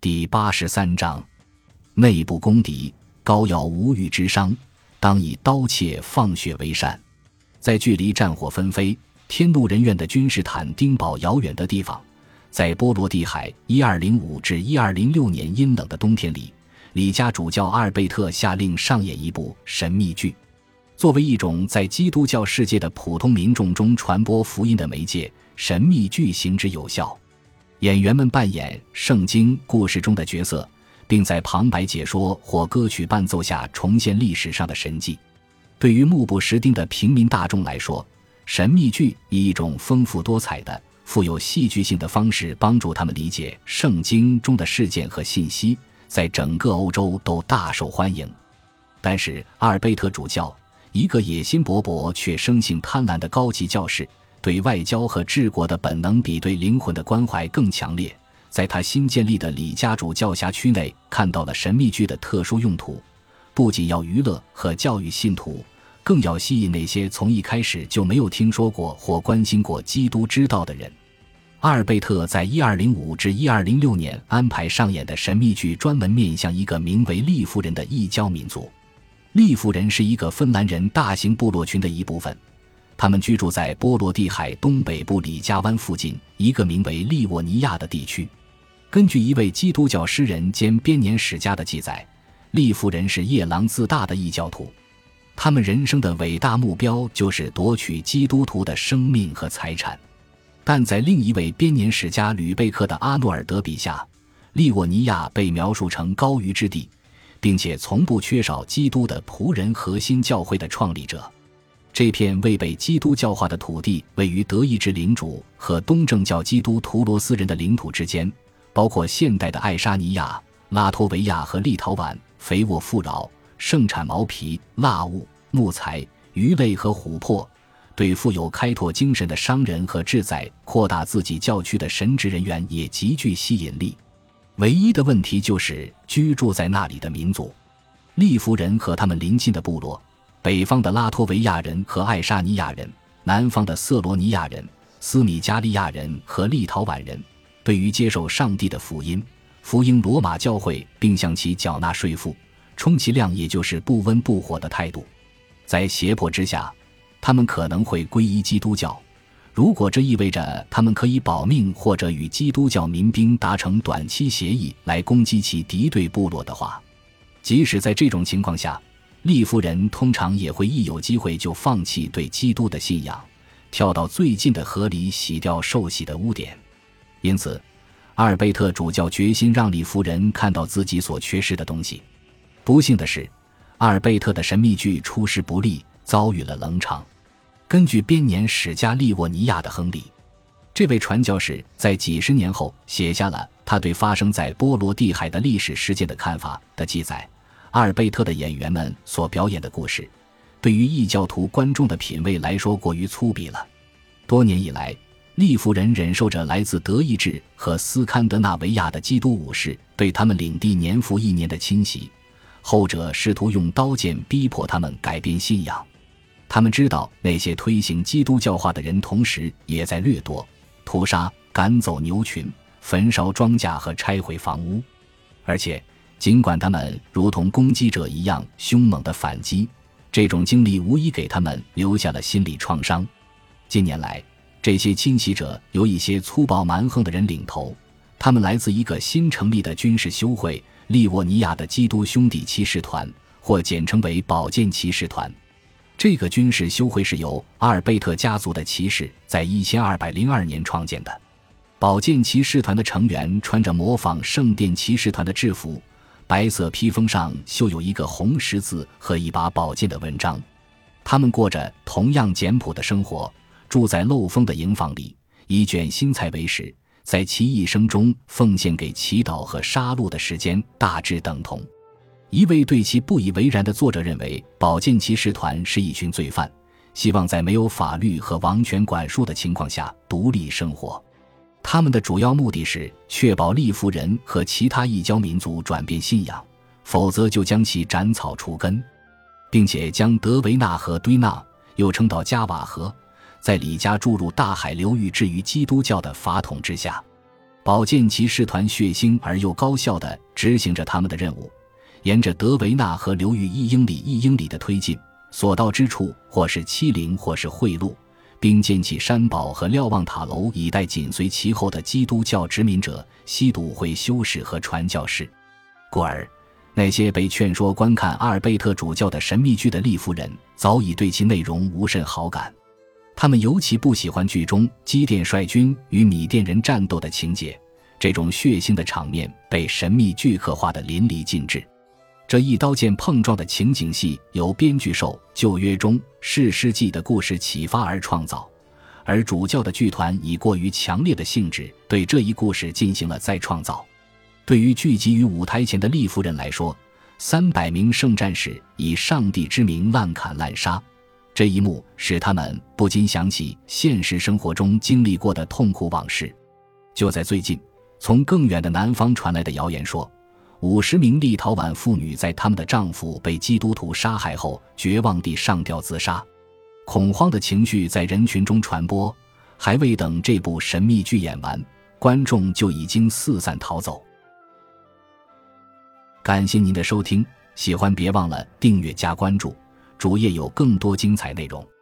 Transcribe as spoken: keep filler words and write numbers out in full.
第八十三章，内部攻敌，高要无欲之伤，当以刀切放血为善。在距离战火纷飞、天怒人怨的君士坦丁堡遥远的地方，在波罗的海一二零五至一二零六年阴冷的冬天里，李家主教阿尔贝特下令上演一部神秘剧。作为一种在基督教世界的普通民众中传播福音的媒介，神秘剧行之有效。演员们扮演圣经故事中的角色，并在旁白解说或歌曲伴奏下重现历史上的神迹。对于目不识丁的平民大众来说，神秘剧以一种丰富多彩的、富有戏剧性的方式帮助他们理解圣经中的事件和信息，在整个欧洲都大受欢迎。但是阿尔贝特主教，一个野心勃勃却生性贪婪的高级教士，对外交和治国的本能比对灵魂的关怀更强烈。在他新建立的李家主教辖区内看到了神秘剧的特殊用途，不仅要娱乐和教育信徒，更要吸引那些从一开始就没有听说过或关心过基督之道的人。阿尔贝特在一二零五至一二零六年安排上演的神秘剧专门面向一个名为利夫人的异教民族。利夫人是一个芬兰人大型部落群的一部分，他们居住在波罗的海东北部里加湾附近一个名为利沃尼亚的地区。根据一位基督教诗人兼编年史家的记载，利夫人是夜郎自大的异教徒，他们人生的伟大目标就是夺取基督徒的生命和财产。但在另一位编年史家吕贝克的阿诺尔德笔下，利沃尼亚被描述成高于之地，并且从不缺少基督的仆人和新教会的创立者。这片未被基督教化的土地位于德意志领主和东正教基督徒罗斯人的领土之间，包括现代的爱沙尼亚、拉脱维亚和立陶宛，肥沃富饶，盛产毛皮、蜡物、木材、鱼类和琥珀，对富有开拓精神的商人和志在扩大自己教区的神职人员也极具吸引力。唯一的问题就是居住在那里的民族。利夫人和他们邻近的部落，北方的拉脱维亚人和爱沙尼亚人，南方的色罗尼亚人、斯米加利亚人和立陶宛人，对于接受上帝的福音、福音罗马教会并向其缴纳税赋，充其量也就是不温不火的态度。在胁迫之下，他们可能会皈依基督教，如果这意味着他们可以保命或者与基督教民兵达成短期协议来攻击其敌对部落的话，即使在这种情况下，利夫人通常也会一有机会就放弃对基督的信仰，跳到最近的河里洗掉受洗的污点。因此阿尔贝特主教决心让利夫人看到自己所缺失的东西。不幸的是，阿尔贝特的神秘剧出师不利，遭遇了冷场。根据编年史家利沃尼亚的亨利，这位传教士在几十年后写下了他对发生在波罗的海的历史事件的看法的记载。阿尔贝特的演员们所表演的故事，对于异教徒观众的品味来说过于粗鄙了。多年以来，利夫人忍受着来自德意志和斯堪的纳维亚的基督武士对他们领地年复一年的侵袭，后者试图用刀剑逼迫他们改变信仰。他们知道那些推行基督教化的人同时也在掠夺、屠杀、赶走牛群、焚烧庄稼和拆毁房屋。而且尽管他们如同攻击者一样凶猛地反击，这种经历无疑给他们留下了心理创伤。近年来，这些侵袭者由一些粗暴蛮横的人领头，他们来自一个新成立的军事修会——利沃尼亚的基督兄弟骑士团，或简称为宝剑骑士团。这个军事修会是由阿尔贝特家族的骑士在一千二百零二年创建的。宝剑骑士团的成员穿着模仿圣殿骑士团的制服，白色披风上绣有一个红十字和一把宝剑的纹章。他们过着同样简朴的生活，住在漏风的营房里，以卷心菜为食，在其一生中奉献给祈祷和杀戮的时间大致等同。一位对其不以为然的作者认为，宝剑骑士团是一群罪犯，希望在没有法律和王权管束的情况下独立生活。他们的主要目的是确保利夫人和其他异教民族转变信仰，否则就将其斩草除根，并且将德维纳和堆纳，又称到加瓦河，在里加注入大海流域置于基督教的法统之下。 宝剑骑士团血腥而又高效地执行着他们的任务，沿着德维纳河流域一英里一英里的推进，所到之处或是欺凌或是贿赂，并建起山堡和瞭望塔楼，以待紧随其后的基督教殖民者西笃会修士和传教士。故而那些被劝说观看阿尔贝特主教的神秘剧的利夫人早已对其内容无甚好感，他们尤其不喜欢剧中基甸率军与米甸人战斗的情节，这种血腥的场面被神秘剧刻画得淋漓尽致。这一刀剑碰撞的情景戏由编剧受旧约中士师记的故事启发而创造，而主教的剧团以过于强烈的性质对这一故事进行了再创造。对于聚集于舞台前的利夫人来说，三百名圣战士以上帝之名滥砍滥杀，这一幕使他们不禁想起现实生活中经历过的痛苦往事。就在最近，从更远的南方传来的谣言说，五十名立陶宛妇女在他们的丈夫被基督徒杀害后绝望地上吊自杀。恐慌的情绪在人群中传播，还未等这部神秘剧演完，观众就已经四散逃走。感谢您的收听，喜欢别忘了订阅加关注，主页有更多精彩内容。